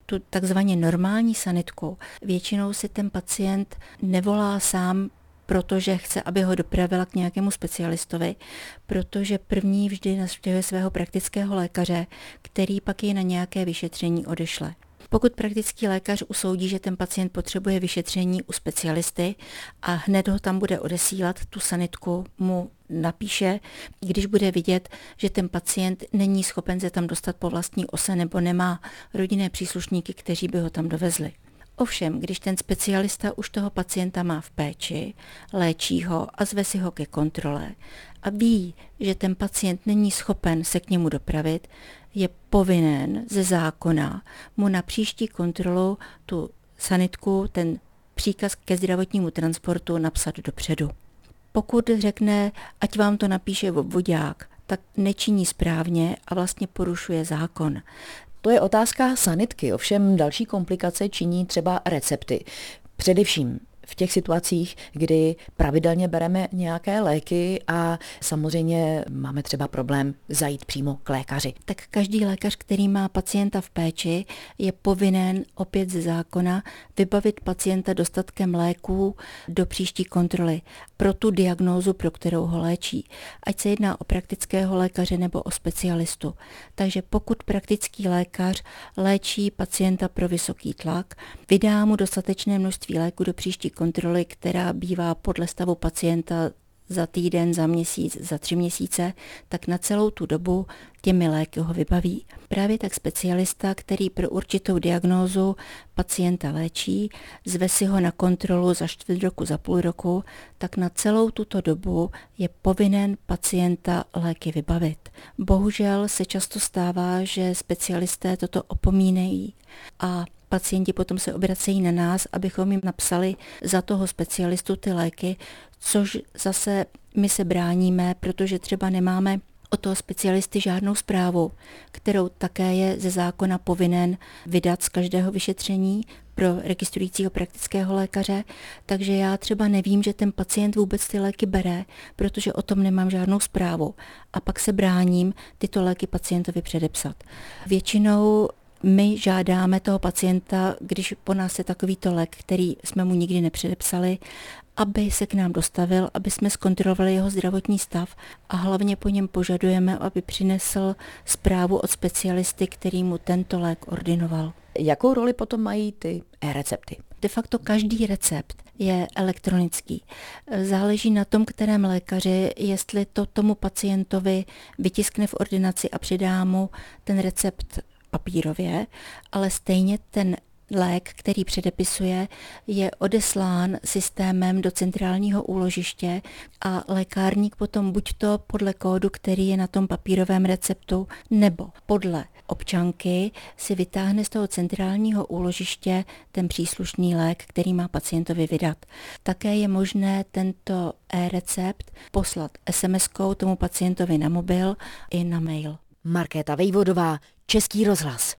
tu takzvaně normální sanitku, většinou si ten pacient nevolá sám, protože chce, aby ho dopravila k nějakému specialistovi, protože první vždy navštěvuje svého praktického lékaře, který pak jej na nějaké vyšetření odešle. Pokud praktický lékař usoudí, že ten pacient potřebuje vyšetření u specialisty a hned ho tam bude odesílat, tu sanitku mu napíše, když bude vidět, že ten pacient není schopen se tam dostat po vlastní ose nebo nemá rodinné příslušníky, kteří by ho tam dovezli. Ovšem, když ten specialista už toho pacienta má v péči, léčí ho a zve si ho ke kontrole a ví, že ten pacient není schopen se k němu dopravit, je povinen ze zákona mu na příští kontrolu tu sanitku, ten příkaz ke zdravotnímu transportu napsat dopředu. Pokud řekne, ať vám to napíše obvodák, tak nečiní správně a vlastně porušuje zákon. To je otázka sanitky, ovšem další komplikace činí třeba recepty. Především v těch situacích, kdy pravidelně bereme nějaké léky a samozřejmě máme třeba problém zajít přímo k lékaři. Tak každý lékař, který má pacienta v péči, je povinen opět ze zákona vybavit pacienta dostatkem léků do příští kontroly pro tu diagnózu, pro kterou ho léčí. Ať se jedná o praktického lékaře nebo o specialistu. Takže pokud praktický lékař léčí pacienta pro vysoký tlak, vydá mu dostatečné množství léku do příští kontroly, která bývá podle stavu pacienta za týden, za měsíc, za 3 měsíce, tak na celou tu dobu těmi léky ho vybaví. Právě tak specialista, který pro určitou diagnózu pacienta léčí, zve si ho na kontrolu za 4 roku, za půl roku, tak na celou tuto dobu je povinen pacienta léky vybavit. Bohužel se často stává, že specialisté toto opomínejí a pacienti potom se obracejí na nás, abychom jim napsali za toho specialistu ty léky, což zase my se bráníme, protože třeba nemáme od toho specialisty žádnou zprávu, kterou také je ze zákona povinen vydat z každého vyšetření pro registrujícího praktického lékaře, takže já třeba nevím, že ten pacient vůbec ty léky bere, protože o tom nemám žádnou zprávu a pak se bráním tyto léky pacientovi předepsat. Většinou my žádáme toho pacienta, když po nás je takovýto lék, který jsme mu nikdy nepředepsali, aby se k nám dostavil, aby jsme zkontrolovali jeho zdravotní stav a hlavně po něm požadujeme, aby přinesl zprávu od specialisty, který mu tento lék ordinoval. Jakou roli potom mají ty e-recepty? De facto každý recept je elektronický. Záleží na tom, kterém lékaři, jestli to tomu pacientovi vytiskne v ordinaci a přidá mu ten recept papírově, ale stejně ten lék, který předepisuje, je odeslán systémem do centrálního úložiště a lékárník potom buď to podle kódu, který je na tom papírovém receptu, nebo podle občanky si vytáhne z toho centrálního úložiště ten příslušný lék, který má pacientovi vydat. Také je možné tento e-recept poslat SMS-kou tomu pacientovi na mobil i na mail. Markéta Vejvodová, Český rozhlas.